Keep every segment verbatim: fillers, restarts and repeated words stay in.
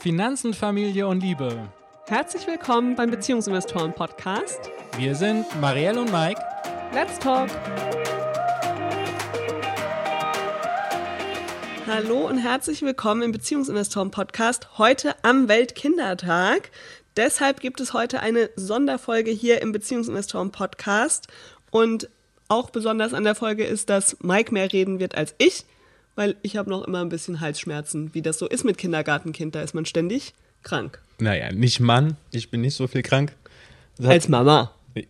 Finanzen, Familie und Liebe. Herzlich willkommen beim Beziehungsinvestoren-Podcast. Wir sind Marielle und Mike. Let's talk! Hallo und herzlich willkommen im Beziehungsinvestoren-Podcast, heute am Weltkindertag. Deshalb gibt es heute eine Sonderfolge hier im Beziehungsinvestoren-Podcast. Und auch besonders an der Folge ist, dass Mike mehr reden wird als ich, weil ich habe noch immer ein bisschen Halsschmerzen, wie das so ist mit Kindergartenkind, da ist man ständig krank. Naja, nicht Mann, ich bin nicht so viel krank. Das als Mama.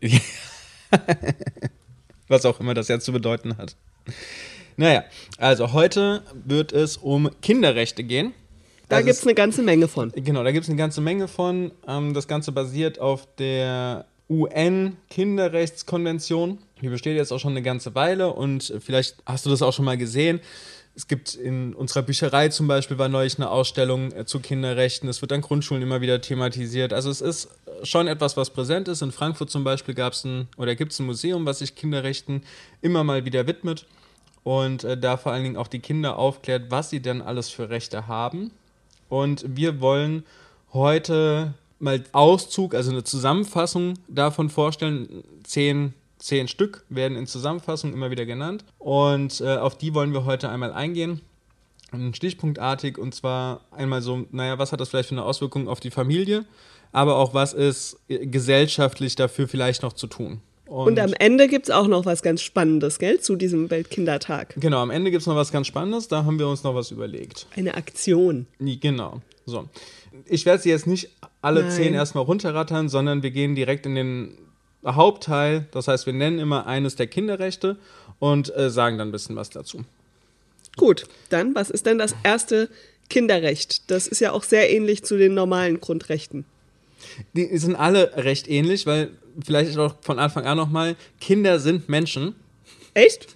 Was auch immer das jetzt zu bedeuten hat. Naja, also heute wird es um Kinderrechte gehen. Da gibt es eine ganze Menge von. Genau, da gibt es eine ganze Menge von. Das Ganze basiert auf der U N-Kinderrechtskonvention. Die besteht jetzt auch schon eine ganze Weile und vielleicht hast du das auch schon mal gesehen. Es gibt in unserer Bücherei zum Beispiel, war neulich eine Ausstellung zu Kinderrechten. Es wird an Grundschulen immer wieder thematisiert. Also es ist schon etwas, was präsent ist. In Frankfurt zum Beispiel gab es ein, oder gibt es ein Museum, was sich Kinderrechten immer mal wieder widmet und äh, da vor allen Dingen auch die Kinder aufklärt, was sie denn alles für Rechte haben. Und wir wollen heute mal Auszug, also eine Zusammenfassung davon vorstellen. Zehn Zehn Stück werden in Zusammenfassung immer wieder genannt und äh, auf die wollen wir heute einmal eingehen, stichpunktartig, und zwar einmal so, naja, was hat das vielleicht für eine Auswirkung auf die Familie, aber auch was ist gesellschaftlich dafür vielleicht noch zu tun. Und, und am Ende gibt es auch noch was ganz Spannendes, gell, zu diesem Weltkindertag. Genau, am Ende gibt es noch was ganz Spannendes, da haben wir uns noch was überlegt. Eine Aktion. Genau, so. Ich werde sie jetzt nicht alle Nein. zehn erstmal runterrattern, sondern wir gehen direkt in den Hauptteil, das heißt, wir nennen immer eines der Kinderrechte und äh, sagen dann ein bisschen was dazu. Gut, dann, was ist denn das erste Kinderrecht? Das ist ja auch sehr ähnlich zu den normalen Grundrechten. Die sind alle recht ähnlich, weil vielleicht auch von Anfang an nochmal, Kinder sind Menschen. Echt?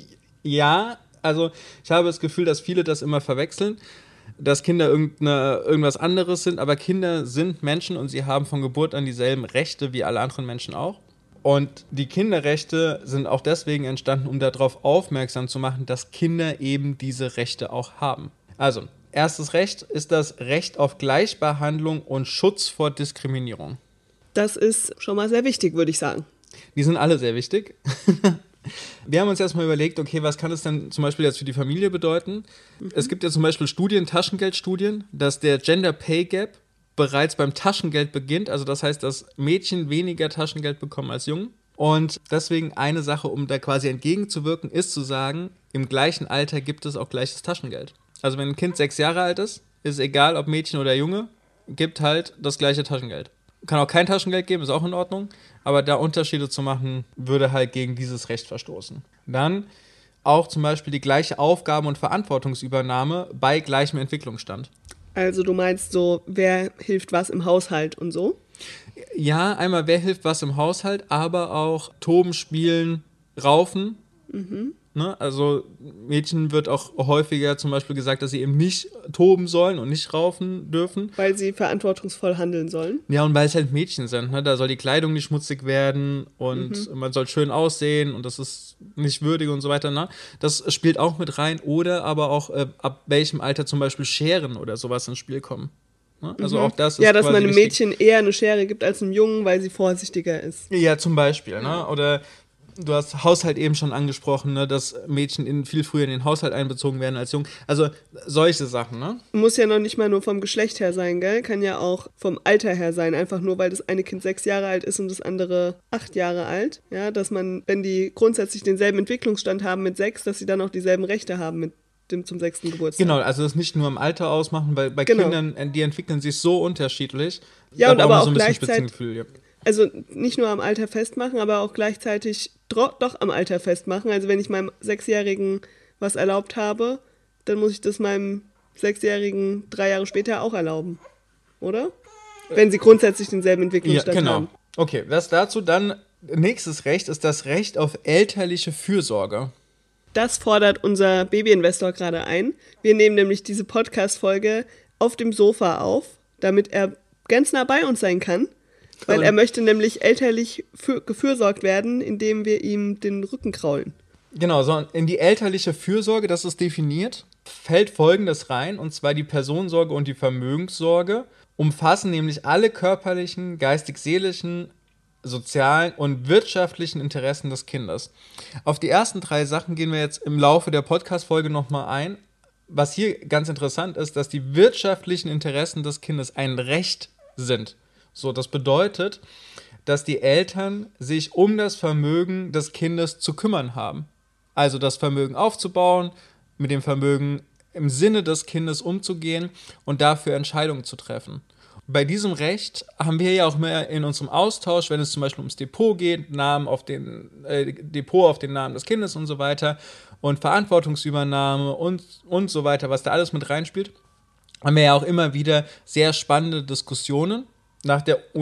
Ja, also ich habe das Gefühl, dass viele das immer verwechseln, dass Kinder irgendeine, irgendwas anderes sind, aber Kinder sind Menschen und sie haben von Geburt an dieselben Rechte wie alle anderen Menschen auch. Und die Kinderrechte sind auch deswegen entstanden, um darauf aufmerksam zu machen, dass Kinder eben diese Rechte auch haben. Also, erstes Recht ist das Recht auf Gleichbehandlung und Schutz vor Diskriminierung. Das ist schon mal sehr wichtig, würde ich sagen. Die sind alle sehr wichtig. Wir haben uns erstmal überlegt, okay, was kann es denn zum Beispiel jetzt für die Familie bedeuten? Mhm. Es gibt ja zum Beispiel Studien, Taschengeldstudien, dass der Gender Pay Gap bereits beim Taschengeld beginnt. Also das heißt, dass Mädchen weniger Taschengeld bekommen als Jungen. Und deswegen eine Sache, um da quasi entgegenzuwirken, ist zu sagen, im gleichen Alter gibt es auch gleiches Taschengeld. Also wenn ein Kind sechs Jahre alt ist, ist es egal, ob Mädchen oder Junge, gibt halt das gleiche Taschengeld. Kann auch kein Taschengeld geben, ist auch in Ordnung. Aber da Unterschiede zu machen, würde halt gegen dieses Recht verstoßen. Dann auch zum Beispiel die gleiche Aufgaben- und Verantwortungsübernahme bei gleichem Entwicklungsstand. Also du meinst so, wer hilft was im Haushalt und so? Ja, einmal wer hilft was im Haushalt, aber auch Toben, Spielen, Raufen. Mhm. Ne? Also Mädchen wird auch häufiger zum Beispiel gesagt, dass sie eben nicht toben sollen und nicht raufen dürfen. Weil sie verantwortungsvoll handeln sollen. Ja, und weil es halt Mädchen sind. Ne? Da soll die Kleidung nicht schmutzig werden und mhm. man soll schön aussehen und das ist nicht würdig und so weiter. Ne? Das spielt auch mit rein. Oder aber auch äh, ab welchem Alter zum Beispiel Scheren oder sowas ins Spiel kommen. Ne? Also mhm. auch das ist ja, dass quasi man einem wichtig. Mädchen eher eine Schere gibt als einem Jungen, weil sie vorsichtiger ist. Ja, zum Beispiel. Ne? Oder du hast Haushalt eben schon angesprochen, ne, dass Mädchen in, viel früher in den Haushalt einbezogen werden als Jungen. Also solche Sachen, ne? Muss ja noch nicht mal nur vom Geschlecht her sein, gell? Kann ja auch vom Alter her sein. Einfach nur, weil das eine Kind sechs Jahre alt ist und das andere acht Jahre alt. Ja, dass man, wenn die grundsätzlich denselben Entwicklungsstand haben mit sechs, dass sie dann auch dieselben Rechte haben mit dem zum sechsten Geburtstag. Genau, also das nicht nur im Alter ausmachen, weil bei genau. Kindern, die entwickeln sich so unterschiedlich. Ja, und aber auch so gleichzeitig, ja. Also nicht nur am Alter festmachen, aber auch gleichzeitig dro- doch am Alter festmachen. Also wenn ich meinem Sechsjährigen was erlaubt habe, dann muss ich das meinem Sechsjährigen drei Jahre später auch erlauben. Oder? Wenn sie grundsätzlich denselben Entwicklungsstand ja, genau. haben. Okay, das dazu. Dann nächstes Recht ist das Recht auf elterliche Fürsorge. Das fordert unser Babyinvestor gerade ein. Wir nehmen nämlich diese Podcast-Folge auf dem Sofa auf, damit er ganz nah bei uns sein kann. Weil er möchte nämlich elterlich für, gefürsorgt werden, indem wir ihm den Rücken kraulen. Genau, so in die elterliche Fürsorge, das ist definiert, fällt Folgendes rein, und zwar die Personensorge und die Vermögenssorge umfassen nämlich alle körperlichen, geistig-seelischen, sozialen und wirtschaftlichen Interessen des Kindes. Auf die ersten drei Sachen gehen wir jetzt im Laufe der Podcast-Folge nochmal ein. Was hier ganz interessant ist, dass die wirtschaftlichen Interessen des Kindes ein Recht sind. So, das bedeutet, dass die Eltern sich um das Vermögen des Kindes zu kümmern haben. Also das Vermögen aufzubauen, mit dem Vermögen im Sinne des Kindes umzugehen und dafür Entscheidungen zu treffen. Bei diesem Recht haben wir ja auch mehr in unserem Austausch, wenn es zum Beispiel ums Depot geht, Namen auf den, äh, Depot auf den Namen des Kindes und so weiter und Verantwortungsübernahme und, und so weiter, was da alles mit reinspielt, haben wir ja auch immer wieder sehr spannende Diskussionen. Nach der U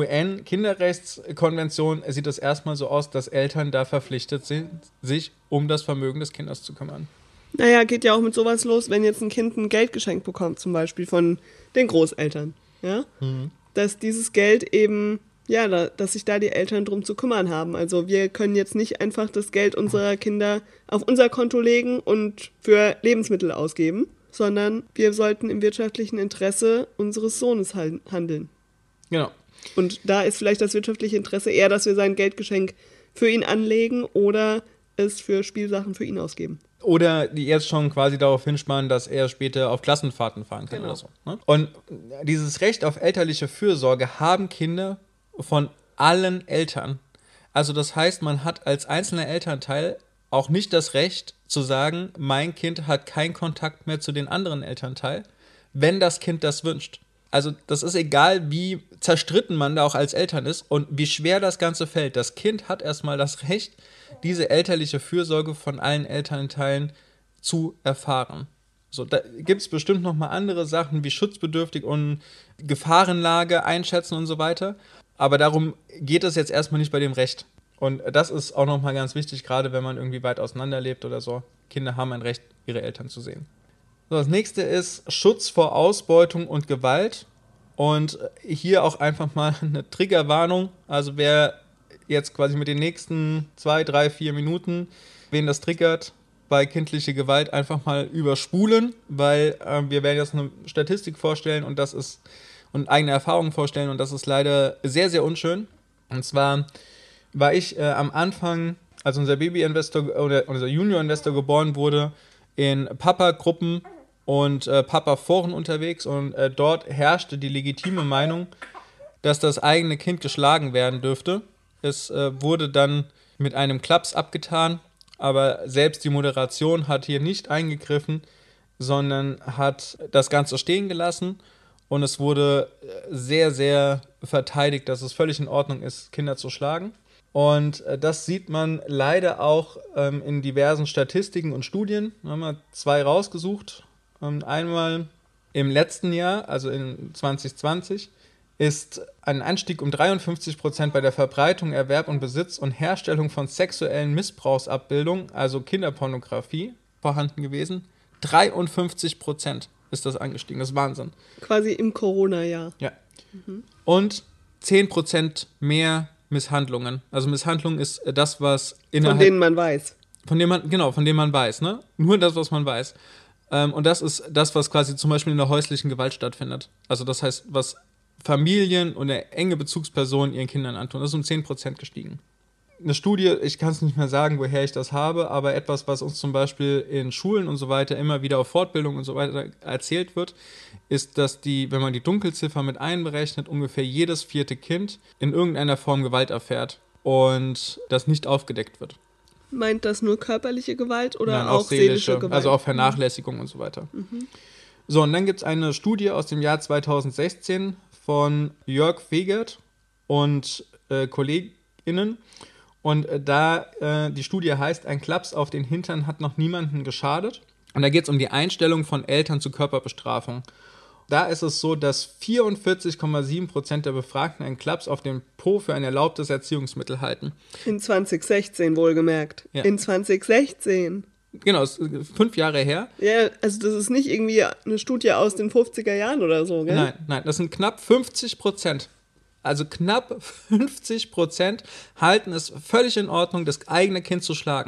N-Kinderrechtskonvention sieht es erstmal so aus, dass Eltern da verpflichtet sind, sich um das Vermögen des Kindes zu kümmern. Naja, geht ja auch mit sowas los, wenn jetzt ein Kind ein Geldgeschenk bekommt, zum Beispiel von den Großeltern. Ja? Mhm. Dass dieses Geld eben, ja, da, dass sich da die Eltern drum zu kümmern haben. Also wir können jetzt nicht einfach das Geld unserer Kinder auf unser Konto legen und für Lebensmittel ausgeben, sondern wir sollten im wirtschaftlichen Interesse unseres Sohnes handeln. Genau. Und da ist vielleicht das wirtschaftliche Interesse eher, dass wir sein Geldgeschenk für ihn anlegen oder es für Spielsachen für ihn ausgeben. Oder die jetzt schon quasi darauf hinsparen, dass er später auf Klassenfahrten fahren kann, genau, oder so. Ne? Und dieses Recht auf elterliche Fürsorge haben Kinder von allen Eltern. Also das heißt, man hat als einzelner Elternteil auch nicht das Recht zu sagen, mein Kind hat keinen Kontakt mehr zu den anderen Elternteil, wenn das Kind das wünscht. Also das ist egal, wie zerstritten man da auch als Eltern ist und wie schwer das Ganze fällt. Das Kind hat erstmal das Recht, diese elterliche Fürsorge von allen Elternteilen zu erfahren. So, da gibt es bestimmt noch mal andere Sachen wie schutzbedürftig und Gefahrenlage einschätzen und so weiter. Aber darum geht es jetzt erstmal nicht bei dem Recht. Und das ist auch noch mal ganz wichtig, gerade wenn man irgendwie weit auseinander lebt oder so. Kinder haben ein Recht, ihre Eltern zu sehen. So, das nächste ist Schutz vor Ausbeutung und Gewalt. Und hier auch einfach mal eine Triggerwarnung. Also wer jetzt quasi mit den nächsten zwei, drei, vier Minuten, wen das triggert, bei kindlicher Gewalt einfach mal überspulen, weil äh, wir werden jetzt eine Statistik vorstellen und das ist und eigene Erfahrungen vorstellen und das ist leider sehr, sehr unschön. Und zwar war ich äh, am Anfang, als unser Baby-Investor oder unser Junior-Investor geboren wurde, in Papa-Gruppen und äh, Papa-Foren unterwegs und äh, dort herrschte die legitime Meinung, dass das eigene Kind geschlagen werden dürfte. Es äh, wurde dann mit einem Klaps abgetan, aber selbst die Moderation hat hier nicht eingegriffen, sondern hat das Ganze stehen gelassen und es wurde sehr, sehr verteidigt, dass es völlig in Ordnung ist, Kinder zu schlagen. Und äh, das sieht man leider auch ähm, in diversen Statistiken und Studien. Da haben wir zwei rausgesucht. Ähm, einmal im letzten Jahr, also in zwanzig zwanzig, ist ein Anstieg um dreiundfünfzig Prozent bei der Verbreitung, Erwerb und Besitz und Herstellung von sexuellen Missbrauchsabbildungen, also Kinderpornografie, vorhanden gewesen. dreiundfünfzig Prozent ist das angestiegen, das ist Wahnsinn. Quasi im Corona-Jahr. Ja. Mhm. Und zehn Prozent mehr Misshandlungen. Also Misshandlung ist das, was innerhalb... Von denen man weiß. Von dem man, genau, von dem man weiß, ne? Nur das, was man weiß. Ähm, und das ist das, was quasi zum Beispiel in der häuslichen Gewalt stattfindet. Also das heißt, was Familien und enge Bezugspersonen ihren Kindern antun. Das ist um zehn Prozent gestiegen. Eine Studie, ich kann es nicht mehr sagen, woher ich das habe, aber etwas, was uns zum Beispiel in Schulen und so weiter immer wieder auf Fortbildung und so weiter erzählt wird, ist, dass die, wenn man die Dunkelziffer mit einberechnet, ungefähr jedes vierte Kind in irgendeiner Form Gewalt erfährt und das nicht aufgedeckt wird. Meint das nur körperliche Gewalt oder Nein, auch, auch seelische, seelische Gewalt? Also auch Vernachlässigung mhm. und so weiter. Mhm. So, und dann gibt es eine Studie aus dem Jahr zweitausendsechzehn von Jörg Fegert und äh, KollegInnen. Und äh, da, äh, die Studie heißt, ein Klaps auf den Hintern hat noch niemanden geschadet. Und da geht es um die Einstellung von Eltern zu Körperbestrafung. Da ist es so, dass vierundvierzig Komma sieben Prozent der Befragten einen Klaps auf den Po für ein erlaubtes Erziehungsmittel halten. In zwanzig sechzehn wohlgemerkt. Ja. In zwanzig sechzehn. Genau, ist fünf Jahre her. Ja, also das ist nicht irgendwie eine Studie aus den fünfziger Jahren oder so, gell? Nein, nein, das sind knapp fünfzig Prozent. Also knapp fünfzig Prozent halten es völlig in Ordnung, das eigene Kind zu schlagen.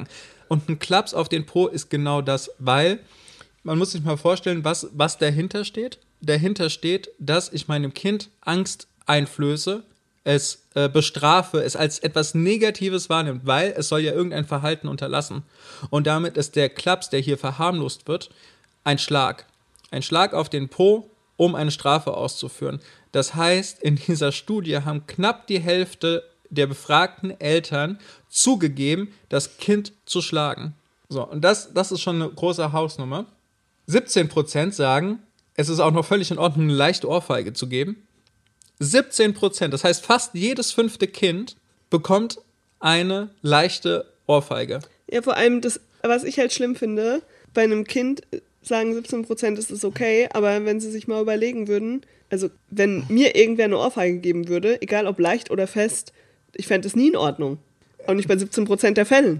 Und ein Klaps auf den Po ist genau das, weil man muss sich mal vorstellen, was, was dahinter steht. Dahinter steht, dass ich meinem Kind Angst einflöße, es äh, bestrafe, es als etwas Negatives wahrnimmt, weil es soll ja irgendein Verhalten unterlassen. Und damit ist der Klaps, der hier verharmlost wird, ein Schlag. Ein Schlag auf den Po, um eine Strafe auszuführen. Das heißt, in dieser Studie haben knapp die Hälfte der befragten Eltern zugegeben, das Kind zu schlagen. So, und das, das ist schon eine große Hausnummer. siebzehn Prozent sagen, es ist auch noch völlig in Ordnung, eine leichte Ohrfeige zu geben. siebzehn Prozent, das heißt, fast jedes fünfte Kind bekommt eine leichte Ohrfeige. Ja, vor allem das, was ich halt schlimm finde, bei einem Kind sagen siebzehn Prozent ist es okay, aber wenn sie sich mal überlegen würden, also wenn mir irgendwer eine Ohrfeige geben würde, egal ob leicht oder fest, ich fände es nie in Ordnung. Auch nicht bei siebzehn Prozent der Fällen.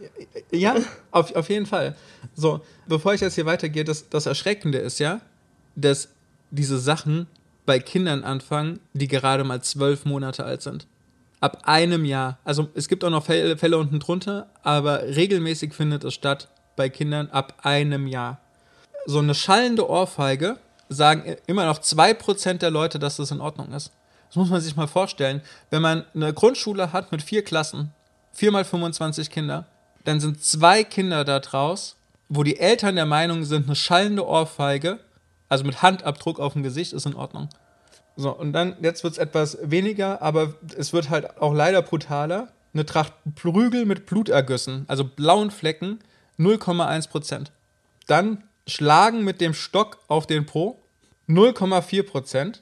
Ja, auf, auf jeden Fall. So, bevor ich jetzt hier weitergehe, das, das Erschreckende ist ja, dass diese Sachen bei Kindern anfangen, die gerade mal zwölf Monate alt sind. Ab einem Jahr. Also es gibt auch noch Fälle, Fälle unten drunter, aber regelmäßig findet es statt bei Kindern ab einem Jahr. So eine schallende Ohrfeige sagen immer noch zwei Prozent der Leute, dass das in Ordnung ist. Das muss man sich mal vorstellen. Wenn man eine Grundschule hat mit vier Klassen, vier mal fünfundzwanzig Kinder, dann sind zwei Kinder da draus, wo die Eltern der Meinung sind, eine schallende Ohrfeige, also mit Handabdruck auf dem Gesicht, ist in Ordnung. So, und dann, jetzt wird es etwas weniger, aber es wird halt auch leider brutaler. Eine Tracht Prügel mit Blutergüssen, also blauen Flecken, null Komma eins Prozent. Dann Schlagen mit dem Stock auf den Po, null Komma vier Prozent.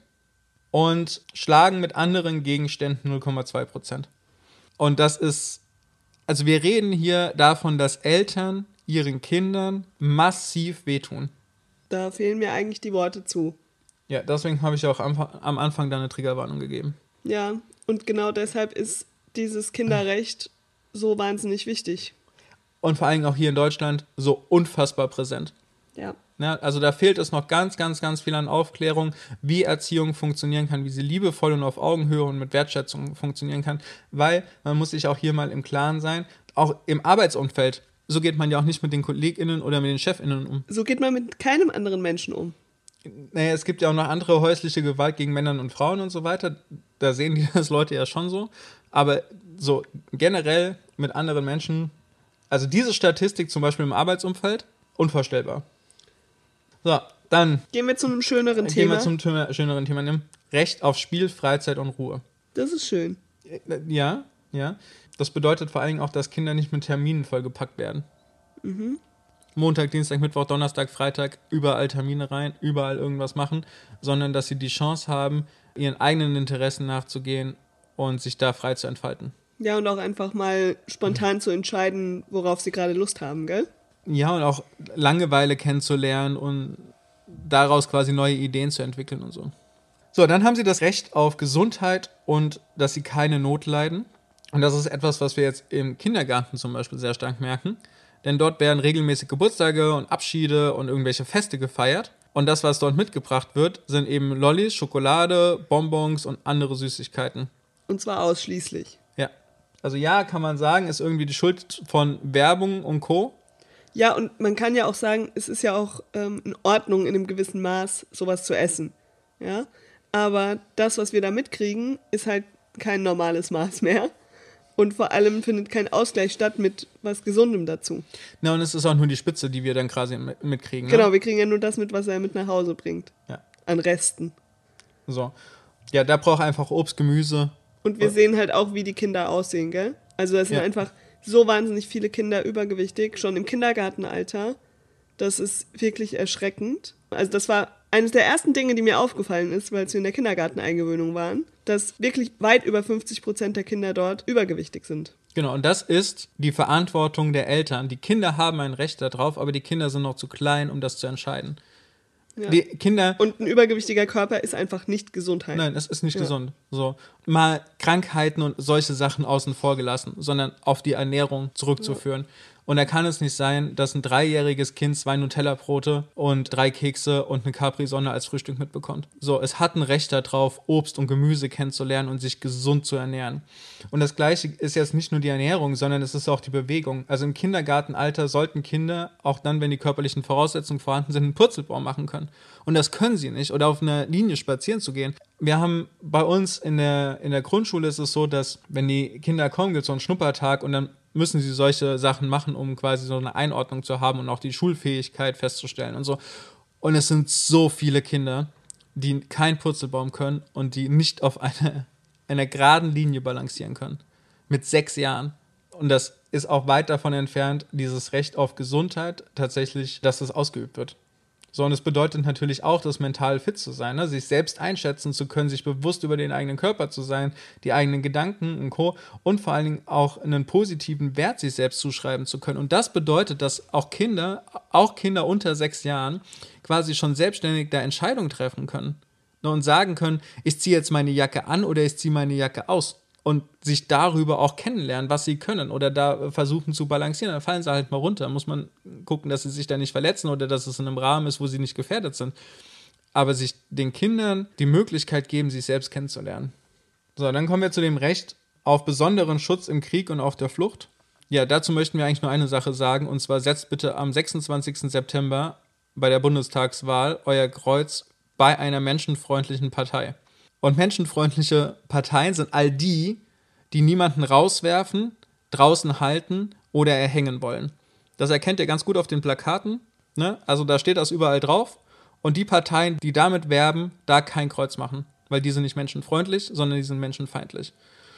Und Schlagen mit anderen Gegenständen, null Komma zwei Prozent. Und das ist, also wir reden hier davon, dass Eltern ihren Kindern massiv wehtun. Da fehlen mir eigentlich die Worte zu. Ja, deswegen habe ich auch am, am Anfang da eine Triggerwarnung gegeben. Ja, und genau deshalb ist dieses Kinderrecht so wahnsinnig wichtig. Und vor allem auch hier in Deutschland so unfassbar präsent. Ja. Ja, also da fehlt es noch ganz, ganz, ganz viel an Aufklärung, wie Erziehung funktionieren kann, wie sie liebevoll und auf Augenhöhe und mit Wertschätzung funktionieren kann, weil man muss sich auch hier mal im Klaren sein, auch im Arbeitsumfeld, so geht man ja auch nicht mit den KollegInnen oder mit den ChefInnen um. So geht man mit keinem anderen Menschen um. Naja, es gibt ja auch noch andere häusliche Gewalt gegen Männer und Frauen und so weiter, da sehen die das Leute ja schon so, aber so generell mit anderen Menschen, also diese Statistik zum Beispiel im Arbeitsumfeld, unvorstellbar. So, dann gehen wir zu einem schöneren gehen Thema. wir zum Thema, schöneren Thema. Nehmen. Recht auf Spiel, Freizeit und Ruhe. Das ist schön. Ja, ja. Das bedeutet vor allen Dingen auch, dass Kinder nicht mit Terminen vollgepackt werden. Mhm. Montag, Dienstag, Mittwoch, Donnerstag, Freitag, überall Termine rein, überall irgendwas machen, sondern dass sie die Chance haben, ihren eigenen Interessen nachzugehen und sich da frei zu entfalten. Ja, und auch einfach mal spontan zu entscheiden, worauf sie gerade Lust haben, gell? Ja, und auch Langeweile kennenzulernen und daraus quasi neue Ideen zu entwickeln und so. So, dann haben sie das Recht auf Gesundheit und dass sie keine Not leiden. Und das ist etwas, was wir jetzt im Kindergarten zum Beispiel sehr stark merken. Denn dort werden regelmäßig Geburtstage und Abschiede und irgendwelche Feste gefeiert. Und das, was dort mitgebracht wird, sind eben Lollis, Schokolade, Bonbons und andere Süßigkeiten. Und zwar ausschließlich. Ja. Also ja, kann man sagen, ist irgendwie die Schuld von Werbung und Co. Ja, und man kann ja auch sagen, es ist ja auch ähm, in Ordnung, in einem gewissen Maß sowas zu essen. Ja? Aber das, was wir da mitkriegen, ist halt kein normales Maß mehr. Und vor allem findet kein Ausgleich statt mit was Gesundem dazu. Na, und es ist auch nur die Spitze, die wir dann quasi mitkriegen. Genau, ne? wir kriegen ja nur das mit, was er mit nach Hause bringt. Ja. An Resten. So. Ja, da braucht einfach Obst, Gemüse. Und wir sehen halt auch, wie die Kinder aussehen, gell? Also das sind Ja. einfach so wahnsinnig viele Kinder übergewichtig, schon im Kindergartenalter. Das ist wirklich erschreckend. Also das war eines der ersten Dinge, die mir aufgefallen ist, weil wir in der Kindergarteneingewöhnung waren, dass wirklich weit über fünfzig Prozent der Kinder dort übergewichtig sind. Genau, und das ist die Verantwortung der Eltern. Die Kinder haben ein Recht darauf, aber die Kinder sind noch zu klein, um das zu entscheiden. Ja. Die Kinder... Und ein übergewichtiger Körper ist einfach nicht Gesundheit. Nein, es ist nicht Ja. gesund. So, mal Krankheiten und solche Sachen außen vor gelassen, sondern auf die Ernährung zurückzuführen. Ja. Und da kann es nicht sein, dass ein dreijähriges Kind zwei Nutella-Brote und drei Kekse und eine Capri-Sonne als Frühstück mitbekommt. So, es hat ein Recht darauf, Obst und Gemüse kennenzulernen und sich gesund zu ernähren. Und das Gleiche ist jetzt nicht nur die Ernährung, sondern es ist auch die Bewegung. Also im Kindergartenalter sollten Kinder, auch dann, wenn die körperlichen Voraussetzungen vorhanden sind, einen Purzelbaum machen können. Und das können sie nicht. Oder auf einer Linie spazieren zu gehen. Wir haben bei uns in der, in der Grundschule ist es so, dass wenn die Kinder kommen, gibt es so einen Schnuppertag und dann müssen sie solche Sachen machen, um quasi so eine Einordnung zu haben und auch die Schulfähigkeit festzustellen und so. Und es sind so viele Kinder, die keinen Purzelbaum können und die nicht auf eine, einer geraden Linie balancieren können. Mit sechs Jahren. Und das ist auch weit davon entfernt, dieses Recht auf Gesundheit tatsächlich, dass das ausgeübt wird. So, und es bedeutet natürlich auch, das mental fit zu sein, ne? Sich selbst einschätzen zu können, sich bewusst über den eigenen Körper zu sein, die eigenen Gedanken und Co. Und vor allen Dingen auch einen positiven Wert sich selbst zuschreiben zu können. Und das bedeutet, dass auch Kinder, auch Kinder unter sechs Jahren, quasi schon selbstständig da Entscheidungen treffen können. Ne? Und sagen können, ich ziehe jetzt meine Jacke an oder ich ziehe meine Jacke aus. Und sich darüber auch kennenlernen, was sie können oder da versuchen zu balancieren. Dann fallen sie halt mal runter. Muss man gucken, dass sie sich da nicht verletzen oder dass es in einem Rahmen ist, wo sie nicht gefährdet sind. Aber sich den Kindern die Möglichkeit geben, sich selbst kennenzulernen. So, dann kommen wir zu dem Recht auf besonderen Schutz im Krieg und auf der Flucht. Ja, dazu möchten wir eigentlich nur eine Sache sagen. Und zwar setzt bitte am sechsundzwanzigsten September bei der Bundestagswahl euer Kreuz bei einer menschenfreundlichen Partei. Und menschenfreundliche Parteien sind all die, die niemanden rauswerfen, draußen halten oder erhängen wollen. Das erkennt ihr ganz gut auf den Plakaten. Ne? Also da steht das überall drauf. Und die Parteien, die damit werben, da kein Kreuz machen. Weil die sind nicht menschenfreundlich, sondern die sind menschenfeindlich.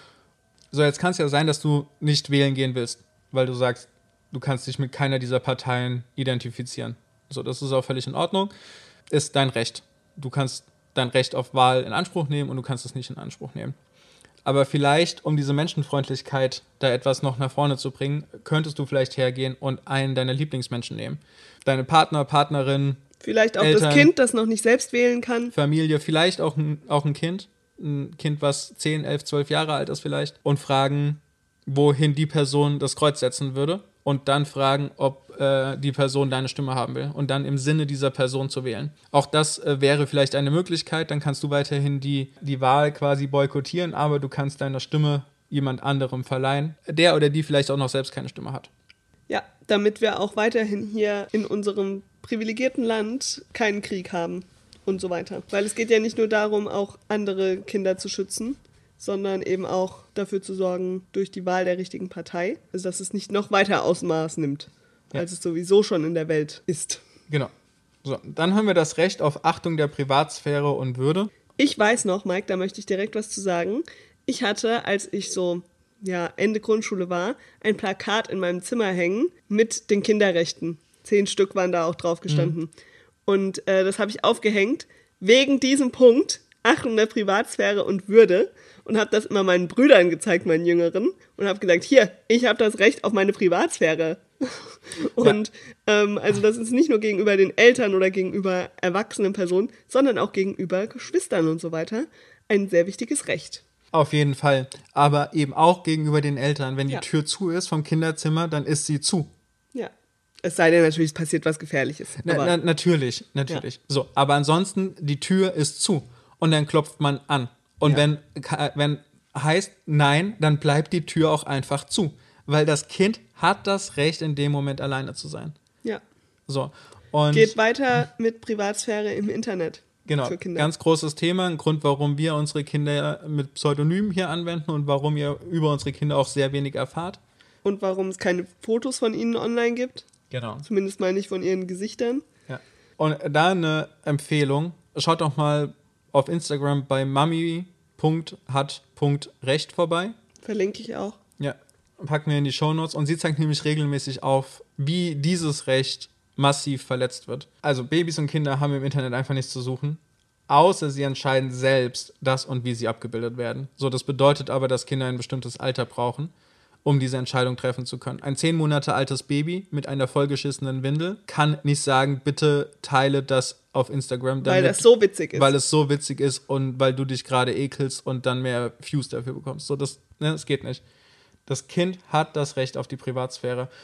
So, jetzt kann es ja sein, dass du nicht wählen gehen willst. Weil du sagst, du kannst dich mit keiner dieser Parteien identifizieren. So, das ist auch völlig in Ordnung. Ist dein Recht. Du kannst dein Recht auf Wahl in Anspruch nehmen und du kannst es nicht in Anspruch nehmen. Aber vielleicht, um diese Menschenfreundlichkeit da etwas noch nach vorne zu bringen, könntest du vielleicht hergehen und einen deiner Lieblingsmenschen nehmen. Deine Partner, Partnerin, vielleicht auch Eltern, das Kind, das noch nicht selbst wählen kann. Familie, vielleicht auch ein, auch ein Kind. Ein Kind, was zehn, elf, zwölf Jahre alt ist vielleicht. Und fragen, wohin die Person das Kreuz setzen würde. Und dann fragen, ob äh, die Person deine Stimme haben will. Und dann im Sinne dieser Person zu wählen. Auch das äh, wäre vielleicht eine Möglichkeit. Dann kannst du weiterhin die, die Wahl quasi boykottieren, aber du kannst deiner Stimme jemand anderem verleihen, der oder die vielleicht auch noch selbst keine Stimme hat. Ja, damit wir auch weiterhin hier in unserem privilegierten Land keinen Krieg haben und so weiter. Weil es geht ja nicht nur darum, auch andere Kinder zu schützen, sondern eben auch dafür zu sorgen, durch die Wahl der richtigen Partei, also dass es nicht noch weiter Ausmaß nimmt, ja, als es sowieso schon in der Welt ist. Genau. So, dann haben wir das Recht auf Achtung der Privatsphäre und Würde. Ich weiß noch, Mike, da möchte ich direkt was zu sagen. Ich hatte, als ich so ja, Ende Grundschule war, ein Plakat in meinem Zimmer hängen mit den Kinderrechten. Zehn Stück waren da auch drauf gestanden. Mhm. Und äh, das habe ich aufgehängt wegen diesem Punkt, Achtung der Privatsphäre und Würde, und habe das immer meinen Brüdern gezeigt, meinen Jüngeren, und habe gesagt, hier, ich habe das Recht auf meine Privatsphäre. Und ja. ähm, also das ist nicht nur gegenüber den Eltern oder gegenüber erwachsenen Personen, sondern auch gegenüber Geschwistern und so weiter ein sehr wichtiges Recht. Auf jeden Fall, aber eben auch gegenüber den Eltern. Wenn die ja. Tür zu ist vom Kinderzimmer, dann ist sie zu. Ja. Es sei denn natürlich, es passiert was Gefährliches. Na, na, natürlich, natürlich. Ja. So, aber ansonsten, die Tür ist zu und dann klopft man an. Und ja. wenn, wenn heißt nein, dann bleibt die Tür auch einfach zu. Weil das Kind hat das Recht, in dem Moment alleine zu sein. Ja. So. Und geht weiter mit Privatsphäre im Internet. Genau, für Kinder. Ganz großes Thema. Ein Grund, warum wir unsere Kinder mit Pseudonymen hier anwenden und warum ihr über unsere Kinder auch sehr wenig erfahrt. Und warum es keine Fotos von ihnen online gibt. Genau. Zumindest mal nicht von ihren Gesichtern. Ja. Und da eine Empfehlung. Schaut doch mal auf Instagram bei mami punkt hat punkt recht vorbei. Verlinke ich auch. Ja, packen wir in die Shownotes. Und sie zeigt nämlich regelmäßig auf, wie dieses Recht massiv verletzt wird. Also Babys und Kinder haben im Internet einfach nichts zu suchen, außer sie entscheiden selbst, das und wie sie abgebildet werden. So, das bedeutet aber, dass Kinder ein bestimmtes Alter brauchen, um diese Entscheidung treffen zu können. Ein zehn Monate altes Baby mit einer vollgeschissenen Windel kann nicht sagen, bitte teile das auf Instagram. Damit, weil das so witzig ist. Weil es so witzig ist und weil du dich gerade ekelst und dann mehr Views dafür bekommst. So, das, ne, das geht nicht. Das Kind hat das Recht auf die Privatsphäre.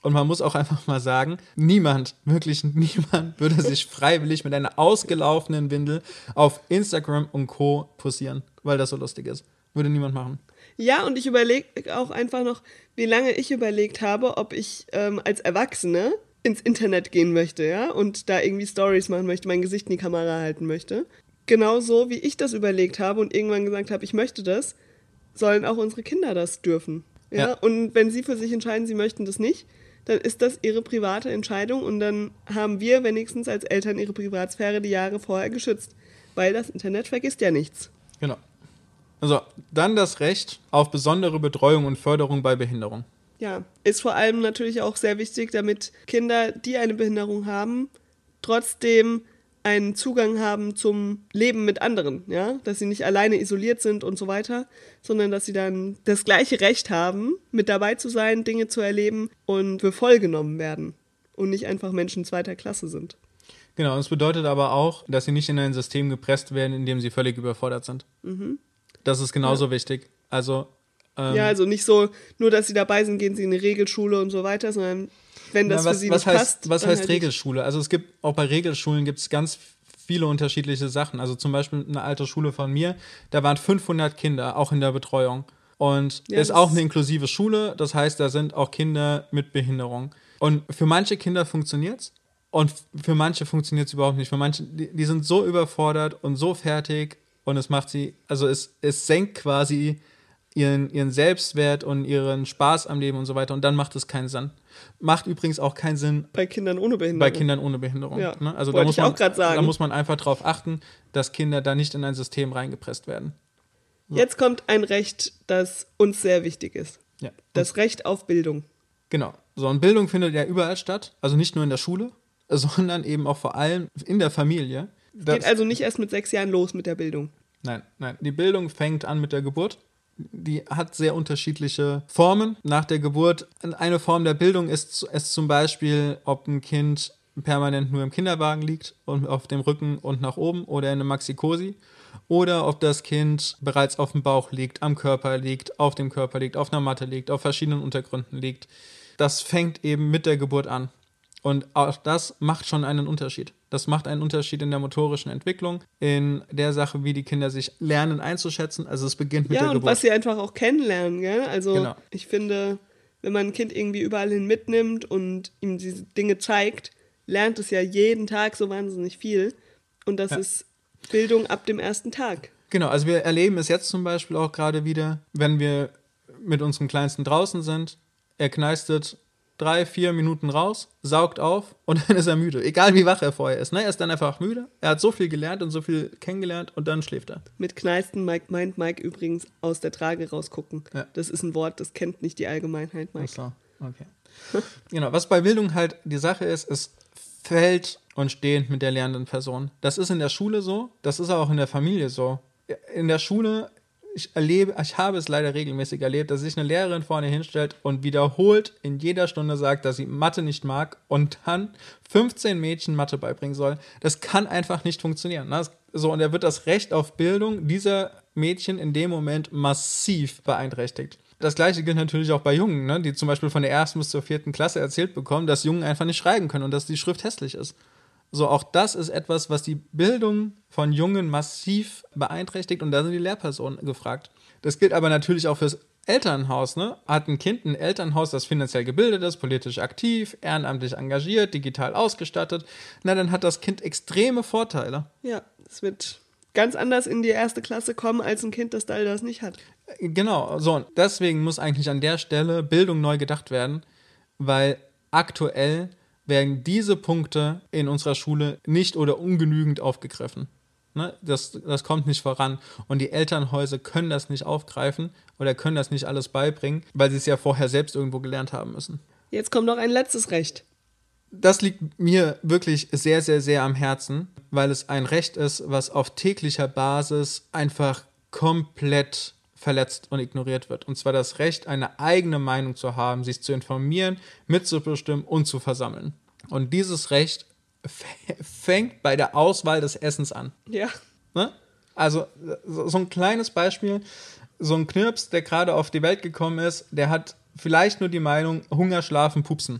Und man muss auch einfach mal sagen, niemand, wirklich niemand würde sich freiwillig mit einer ausgelaufenen Windel auf Instagram und Co. posieren, weil das so lustig ist. Würde niemand machen. Ja, und ich überlege auch einfach noch, wie lange ich überlegt habe, ob ich ähm, als Erwachsene ins Internet gehen möchte, ja, und da irgendwie Stories machen möchte, mein Gesicht in die Kamera halten möchte. Genauso wie ich das überlegt habe und irgendwann gesagt habe, ich möchte das, sollen auch unsere Kinder das dürfen. Ja? Ja. Und wenn sie für sich entscheiden, sie möchten das nicht, dann ist das ihre private Entscheidung und dann haben wir wenigstens als Eltern ihre Privatsphäre die Jahre vorher geschützt. Weil das Internet vergisst ja nichts. Genau. Also, dann das Recht auf besondere Betreuung und Förderung bei Behinderung. Ja, ist vor allem natürlich auch sehr wichtig, damit Kinder, die eine Behinderung haben, trotzdem einen Zugang haben zum Leben mit anderen, ja, dass sie nicht alleine isoliert sind und so weiter, sondern dass sie dann das gleiche Recht haben, mit dabei zu sein, Dinge zu erleben und für voll genommen werden und nicht einfach Menschen zweiter Klasse sind. Genau, und es bedeutet aber auch, dass sie nicht in ein System gepresst werden, in dem sie völlig überfordert sind. Mhm. Das ist genauso ja. wichtig. Also ähm, ja, also nicht so, nur dass sie dabei sind, gehen sie in eine Regelschule und so weiter, sondern wenn das na, was, für sie was nicht heißt, passt. Was heißt halt Regelschule? Nicht. Also es gibt, auch bei Regelschulen gibt es ganz viele unterschiedliche Sachen. Also zum Beispiel eine alte Schule von mir, da waren fünfhundert Kinder, auch in der Betreuung. Und ja, ist auch eine inklusive Schule, das heißt, da sind auch Kinder mit Behinderung. Und für manche Kinder funktioniert's und für manche funktioniert es überhaupt nicht. Für manche, die, die sind so überfordert und so fertig und es macht sie, also es, es senkt quasi ihren, ihren Selbstwert und ihren Spaß am Leben und so weiter und dann macht es keinen Sinn. Macht übrigens auch keinen Sinn bei Kindern ohne Behinderung. Bei Kindern ohne Behinderung. Ja, ne? Also wollte da muss, ich man, auch gerade sagen. Da muss man einfach darauf achten, dass Kinder da nicht in ein System reingepresst werden. So. Jetzt kommt ein Recht, das uns sehr wichtig ist. Ja. Das Recht auf Bildung. Genau. So, und Bildung findet ja überall statt, also nicht nur in der Schule, sondern eben auch vor allem in der Familie. Es geht also nicht erst mit sechs Jahren los mit der Bildung. Nein, nein. Die Bildung fängt an mit der Geburt. Die hat sehr unterschiedliche Formen. Nach der Geburt, eine Form der Bildung ist es zum Beispiel, ob ein Kind permanent nur im Kinderwagen liegt und auf dem Rücken und nach oben oder in einem Maxi-Cosi. Oder ob das Kind bereits auf dem Bauch liegt, am Körper liegt, auf dem Körper liegt, auf einer Matte liegt, auf verschiedenen Untergründen liegt. Das fängt eben mit der Geburt an. Und auch das macht schon einen Unterschied. Das macht einen Unterschied in der motorischen Entwicklung, in der Sache, wie die Kinder sich lernen einzuschätzen. Also es beginnt mit ja, der Geburt. Ja, und was sie einfach auch kennenlernen. Gell? Also genau. Ich finde, wenn man ein Kind irgendwie überall hin mitnimmt und ihm diese Dinge zeigt, lernt es ja jeden Tag so wahnsinnig viel. Und das ja. ist Bildung ab dem ersten Tag. Genau, also wir erleben es jetzt zum Beispiel auch gerade wieder, wenn wir mit unserem Kleinsten draußen sind. Er kneistet drei, vier Minuten raus, saugt auf und dann ist er müde. Egal wie wach er vorher ist. Ne? Er ist dann einfach müde. Er hat so viel gelernt und so viel kennengelernt und dann schläft er. Mit Kneisten meint Mike übrigens aus der Trage rausgucken. Ja. Das ist ein Wort, das kennt nicht die Allgemeinheit, Mike. Ach so, okay. Genau, was bei Bildung halt die Sache ist, es fällt und steht mit der lernenden Person. Das ist in der Schule so, das ist auch in der Familie so. In der Schule Ich erlebe, ich habe es leider regelmäßig erlebt, dass sich eine Lehrerin vorne hinstellt und wiederholt in jeder Stunde sagt, dass sie Mathe nicht mag und dann fünfzehn Mädchen Mathe beibringen soll. Das kann einfach nicht funktionieren. Ne? So, und da wird das Recht auf Bildung dieser Mädchen in dem Moment massiv beeinträchtigt. Das Gleiche gilt natürlich auch bei Jungen, ne? Die zum Beispiel von der ersten bis zur vierten Klasse erzählt bekommen, dass Jungen einfach nicht schreiben können und dass die Schrift hässlich ist. So, auch das ist etwas, was die Bildung von Jungen massiv beeinträchtigt und da sind die Lehrpersonen gefragt. Das gilt aber natürlich auch fürs Elternhaus, ne? Hat ein Kind ein Elternhaus, das finanziell gebildet ist, politisch aktiv, ehrenamtlich engagiert, digital ausgestattet, na, dann hat das Kind extreme Vorteile. Ja, es wird ganz anders in die erste Klasse kommen, als ein Kind, das all das nicht hat. Genau, so, und deswegen muss eigentlich an der Stelle Bildung neu gedacht werden, weil aktuell werden diese Punkte in unserer Schule nicht oder ungenügend aufgegriffen. Ne? Das, das kommt nicht voran. Und die Elternhäuser können das nicht aufgreifen oder können das nicht alles beibringen, weil sie es ja vorher selbst irgendwo gelernt haben müssen. Jetzt kommt noch ein letztes Recht. Das liegt mir wirklich sehr, sehr, sehr am Herzen, weil es ein Recht ist, was auf täglicher Basis einfach komplett verletzt und ignoriert wird. Und zwar das Recht, eine eigene Meinung zu haben, sich zu informieren, mitzubestimmen und zu versammeln. Und dieses Recht f- fängt bei der Auswahl des Essens an. Ja. Ne? Also so ein kleines Beispiel, so ein Knirps, der gerade auf die Welt gekommen ist, der hat vielleicht nur die Meinung, Hunger, Schlafen, Pupsen.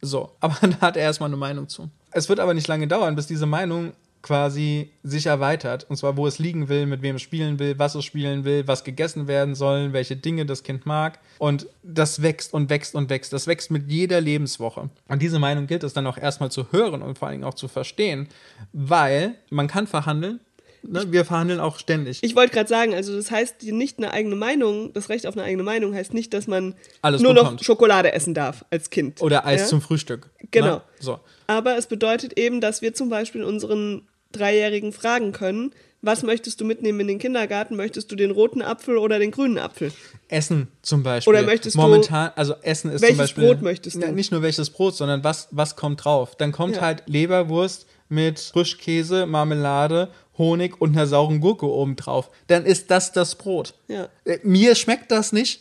So, aber dann hat er erstmal eine Meinung zu. Es wird aber nicht lange dauern, bis diese Meinung quasi sich erweitert. Und zwar, wo es liegen will, mit wem es spielen will, was es spielen will, was gegessen werden soll, welche Dinge das Kind mag. Und das wächst und wächst und wächst. Das wächst mit jeder Lebenswoche. Und diese Meinung gilt es dann auch erstmal zu hören und vor allen Dingen auch zu verstehen, weil man kann verhandeln. Ne? Wir verhandeln auch ständig. Ich wollte gerade sagen, also das heißt nicht eine eigene Meinung, das Recht auf eine eigene Meinung heißt nicht, dass man Alles nur bekommt. noch Schokolade essen darf als Kind. Oder Eis ja? zum Frühstück. Genau. Ne? So. Aber es bedeutet eben, dass wir zum Beispiel unseren Dreijährigen fragen können, was möchtest du mitnehmen in den Kindergarten? Möchtest du den roten Apfel oder den grünen Apfel? Essen zum Beispiel. Oder möchtest du- Momentan, also Essen ist Welches zum Beispiel. Brot möchtest du? Ja, nicht nur welches Brot, sondern was, was kommt drauf. Dann kommt Ja. halt Leberwurst mit Frischkäse, Marmelade, Honig und einer sauren Gurke oben drauf. Dann ist das das Brot. Ja. Äh, Mir schmeckt das nicht.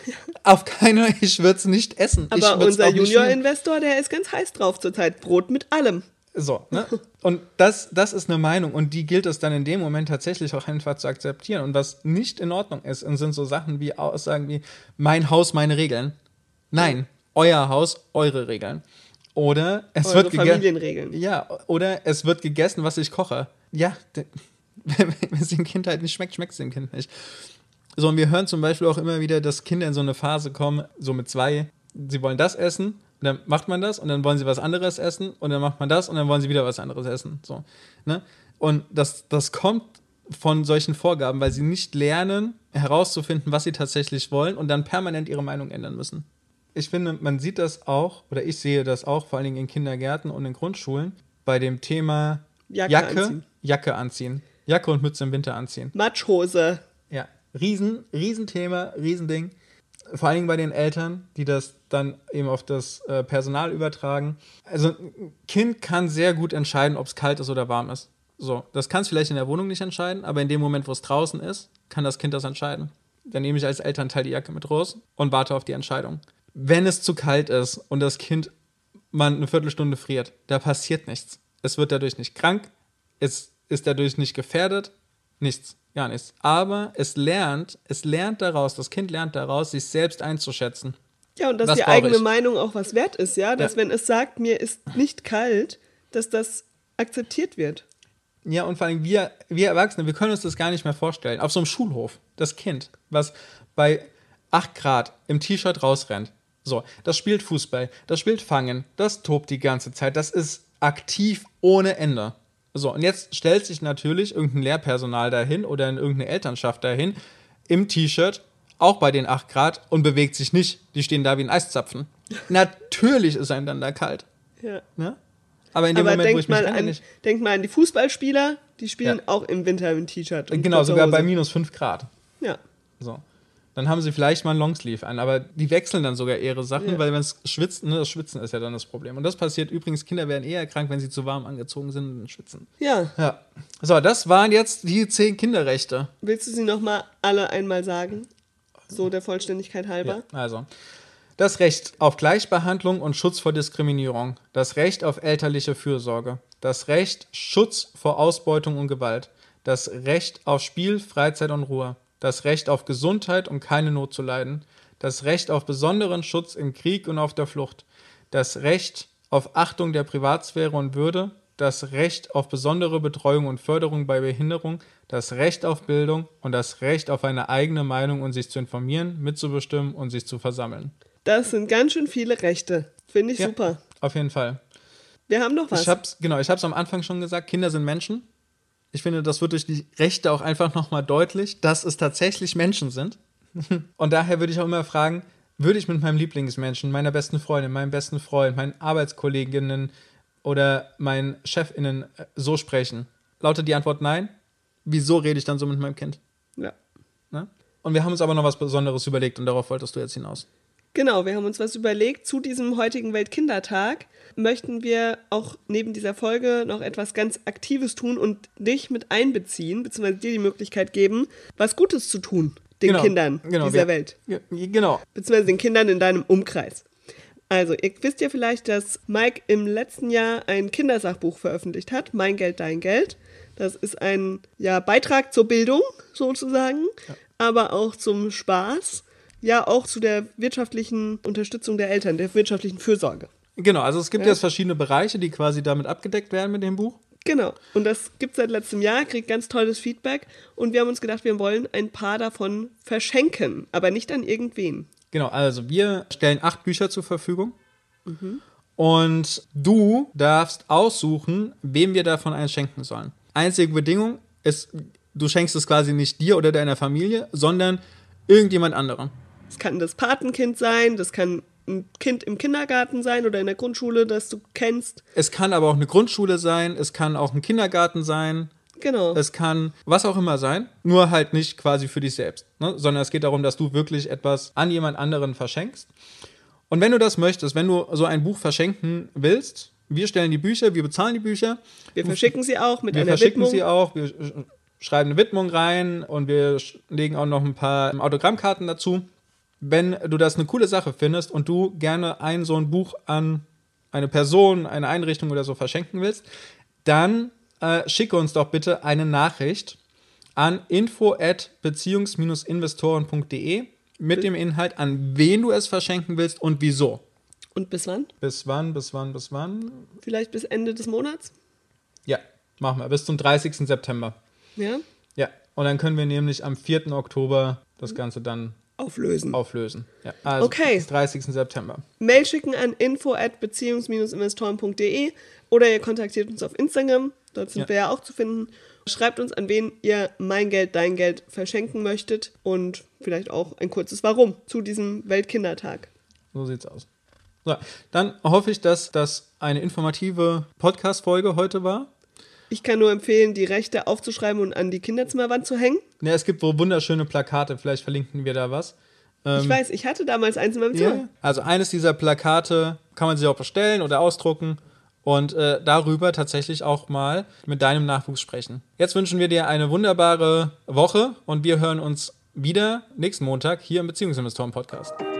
Auf keinen Fall, ich würde es nicht essen. ich Aber würd's unser auch nicht Junior-Investor, der ist ganz heiß drauf zurzeit. Brot mit allem. So, ne? Und das, das ist eine Meinung und die gilt es dann in dem Moment tatsächlich auch einfach zu akzeptieren. Und was nicht in Ordnung ist, sind so Sachen wie Aussagen wie mein Haus, meine Regeln. Nein, euer Haus, eure Regeln. Oder es Eure wird gegessen. Familienregeln. Ja, oder es wird gegessen, was ich koche. Ja, de- wenn es dem Kind halt nicht schmeckt, schmeckt es dem Kind nicht. So, und wir hören zum Beispiel auch immer wieder, dass Kinder in so eine Phase kommen, so mit zwei, sie wollen das essen. Und dann macht man das und dann wollen sie was anderes essen und dann macht man das und dann wollen sie wieder was anderes essen. So, ne? Und das, das kommt von solchen Vorgaben, weil sie nicht lernen, herauszufinden, was sie tatsächlich wollen und dann permanent ihre Meinung ändern müssen. Ich finde, man sieht das auch, oder ich sehe das auch, vor allen Dingen in Kindergärten und in Grundschulen, bei dem Thema Jacke Jacke, anziehen. Jacke anziehen. Jacke und Mütze im Winter anziehen. Matschhose. Ja, riesen, Riesenthema, Riesending. Vor allen Dingen bei den Eltern, die das dann eben auf das äh, Personal übertragen. Also ein Kind kann sehr gut entscheiden, ob es kalt ist oder warm ist. So, das kann es vielleicht in der Wohnung nicht entscheiden, aber in dem Moment, wo es draußen ist, kann das Kind das entscheiden. Dann nehme ich als Elternteil die Jacke mit raus und warte auf die Entscheidung. Wenn es zu kalt ist und das Kind mal eine Viertelstunde friert, da passiert nichts. Es wird dadurch nicht krank, es ist dadurch nicht gefährdet, nichts. Gar nichts. Aber es lernt, es lernt daraus, das Kind lernt daraus, sich selbst einzuschätzen. Ja, und dass Was die brauche eigene ich? Meinung auch was wert ist, ja? Dass Ja. wenn es sagt, mir ist nicht kalt, dass das akzeptiert wird. Ja, und vor allem wir, wir Erwachsene, wir können uns das gar nicht mehr vorstellen. Auf so einem Schulhof, das Kind, was bei acht Grad im T-Shirt rausrennt. So, das spielt Fußball, das spielt Fangen, das tobt die ganze Zeit, das ist aktiv ohne Ende. So, und jetzt stellt sich natürlich irgendein Lehrpersonal dahin oder in irgendeine Elternschaft dahin im T-Shirt, auch bei den acht Grad und bewegt sich nicht. Die stehen da wie ein Eiszapfen. Natürlich ist einem dann da kalt. Ja. Ne? Aber in dem Aber Moment, wo denkt ich mich mal, renne, an, nicht. denkt mal an die Fußballspieler, die spielen Ja. auch im Winter im T-Shirt. und Genau, kurzer sogar bei Hose. minus fünf Grad. Ja. So. Dann haben sie vielleicht mal einen Longsleeve an, aber die wechseln dann sogar ihre Sachen, Ja. weil wenn es schwitzt, ne, das Schwitzen ist ja dann das Problem. Und das passiert übrigens, Kinder werden eher krank, wenn sie zu warm angezogen sind und schwitzen. Ja. Ja. So, das waren jetzt die zehn Kinderrechte. Willst du sie nochmal alle einmal sagen? So der Vollständigkeit halber. Ja, also. Das Recht auf Gleichbehandlung und Schutz vor Diskriminierung. Das Recht auf elterliche Fürsorge. Das Recht Schutz vor Ausbeutung und Gewalt. Das Recht auf Spiel, Freizeit und Ruhe. Das Recht auf Gesundheit und keine Not zu leiden. Das Recht auf besonderen Schutz im Krieg und auf der Flucht. Das Recht auf Achtung der Privatsphäre und Würde. Das Recht auf besondere Betreuung und Förderung bei Behinderung. Das Recht auf Bildung und das Recht auf eine eigene Meinung und sich zu informieren, mitzubestimmen und sich zu versammeln. Das sind ganz schön viele Rechte. Finde ich Ja, super. Auf jeden Fall. Wir haben noch was. Ich hab's, genau, ich habe es am Anfang schon gesagt, Kinder sind Menschen. Ich finde, das wird durch die Rechte auch einfach nochmal deutlich, dass es tatsächlich Menschen sind. Und daher würde ich auch immer fragen, würde ich mit meinem Lieblingsmenschen, meiner besten Freundin, meinem besten Freund, meinen Arbeitskolleginnen oder meinen Chefinnen äh, so sprechen? Lautet die Antwort nein? Wieso rede ich dann so mit meinem Kind? Ja. Ne? Und wir haben uns aber noch was Besonderes überlegt und darauf wolltest du jetzt hinaus. Genau, wir haben uns was überlegt. Zu diesem heutigen Weltkindertag möchten wir auch neben dieser Folge noch etwas ganz Aktives tun und dich mit einbeziehen, beziehungsweise dir die Möglichkeit geben, was Gutes zu tun, den Genau, Kindern genau, dieser wir- Welt, Ge- Genau. beziehungsweise den Kindern in deinem Umkreis. Also, ihr wisst ja vielleicht, dass Mike im letzten Jahr ein Kindersachbuch veröffentlicht hat, Mein Geld, dein Geld. Das ist ein ja, Beitrag zur Bildung sozusagen, Ja. aber auch zum Spaß. Ja, auch zu der wirtschaftlichen Unterstützung der Eltern, der wirtschaftlichen Fürsorge. Genau, also es gibt Ja. jetzt verschiedene Bereiche, die quasi damit abgedeckt werden mit dem Buch. Genau. Und das gibt es seit letztem Jahr, kriegt ganz tolles Feedback. Und wir haben uns gedacht, wir wollen ein paar davon verschenken, aber nicht an irgendwen. Genau, also wir stellen acht Bücher zur Verfügung. Und du darfst aussuchen, wem wir davon eins schenken sollen. Einzige Bedingung ist, du schenkst es quasi nicht dir oder deiner Familie, sondern irgendjemand anderem. Es kann das Patenkind sein, das kann ein Kind im Kindergarten sein oder in der Grundschule, das du kennst. Es kann aber auch eine Grundschule sein, es kann auch ein Kindergarten sein, Genau. es kann was auch immer sein, nur halt nicht quasi für dich selbst, ne? Sondern es geht darum, dass du wirklich etwas an jemand anderen verschenkst. Und wenn du das möchtest, wenn du so ein Buch verschenken willst, wir stellen die Bücher, wir bezahlen die Bücher. Wir verschicken sie auch mit Wir einer verschicken Widmung. sie auch, wir sch- schreiben eine Widmung rein und wir sch- legen auch noch ein paar Autogrammkarten dazu. Wenn du das eine coole Sache findest und du gerne ein so ein Buch an eine Person, eine Einrichtung oder so verschenken willst, dann äh, schicke uns doch bitte eine Nachricht an info at beziehungs investoren punkt de mit dem Inhalt, an wen du es verschenken willst und wieso. Und bis wann? Bis wann, bis wann, bis wann? Vielleicht bis Ende des Monats? Ja, machen wir. Bis zum dreißigsten September. Ja? Ja, und dann können wir nämlich am vierten Oktober das Ganze dann Auflösen. auflösen. Ja, also Okay. bis dreißigsten September. Mail schicken an info at beziehungs investoren punkt de oder ihr kontaktiert uns auf Instagram. Dort sind Ja. wir ja auch zu finden. Schreibt uns, an wen ihr mein Geld, dein Geld verschenken möchtet und vielleicht auch ein kurzes Warum zu diesem Weltkindertag. So sieht's aus. So, dann hoffe ich, dass das eine informative Podcast-Folge heute war. Ich kann nur empfehlen, die Rechte aufzuschreiben und an die Kinderzimmerwand zu hängen. Ja, es gibt wohl wunderschöne Plakate, vielleicht verlinken wir da was. Ähm, Ich weiß, ich hatte damals eins in meinem Zimmer. ja, also eines dieser Plakate kann man sich auch bestellen oder ausdrucken und äh, darüber tatsächlich auch mal mit deinem Nachwuchs sprechen. Jetzt wünschen wir dir eine wunderbare Woche und wir hören uns wieder nächsten Montag hier im Beziehungsinvestoren-Podcast.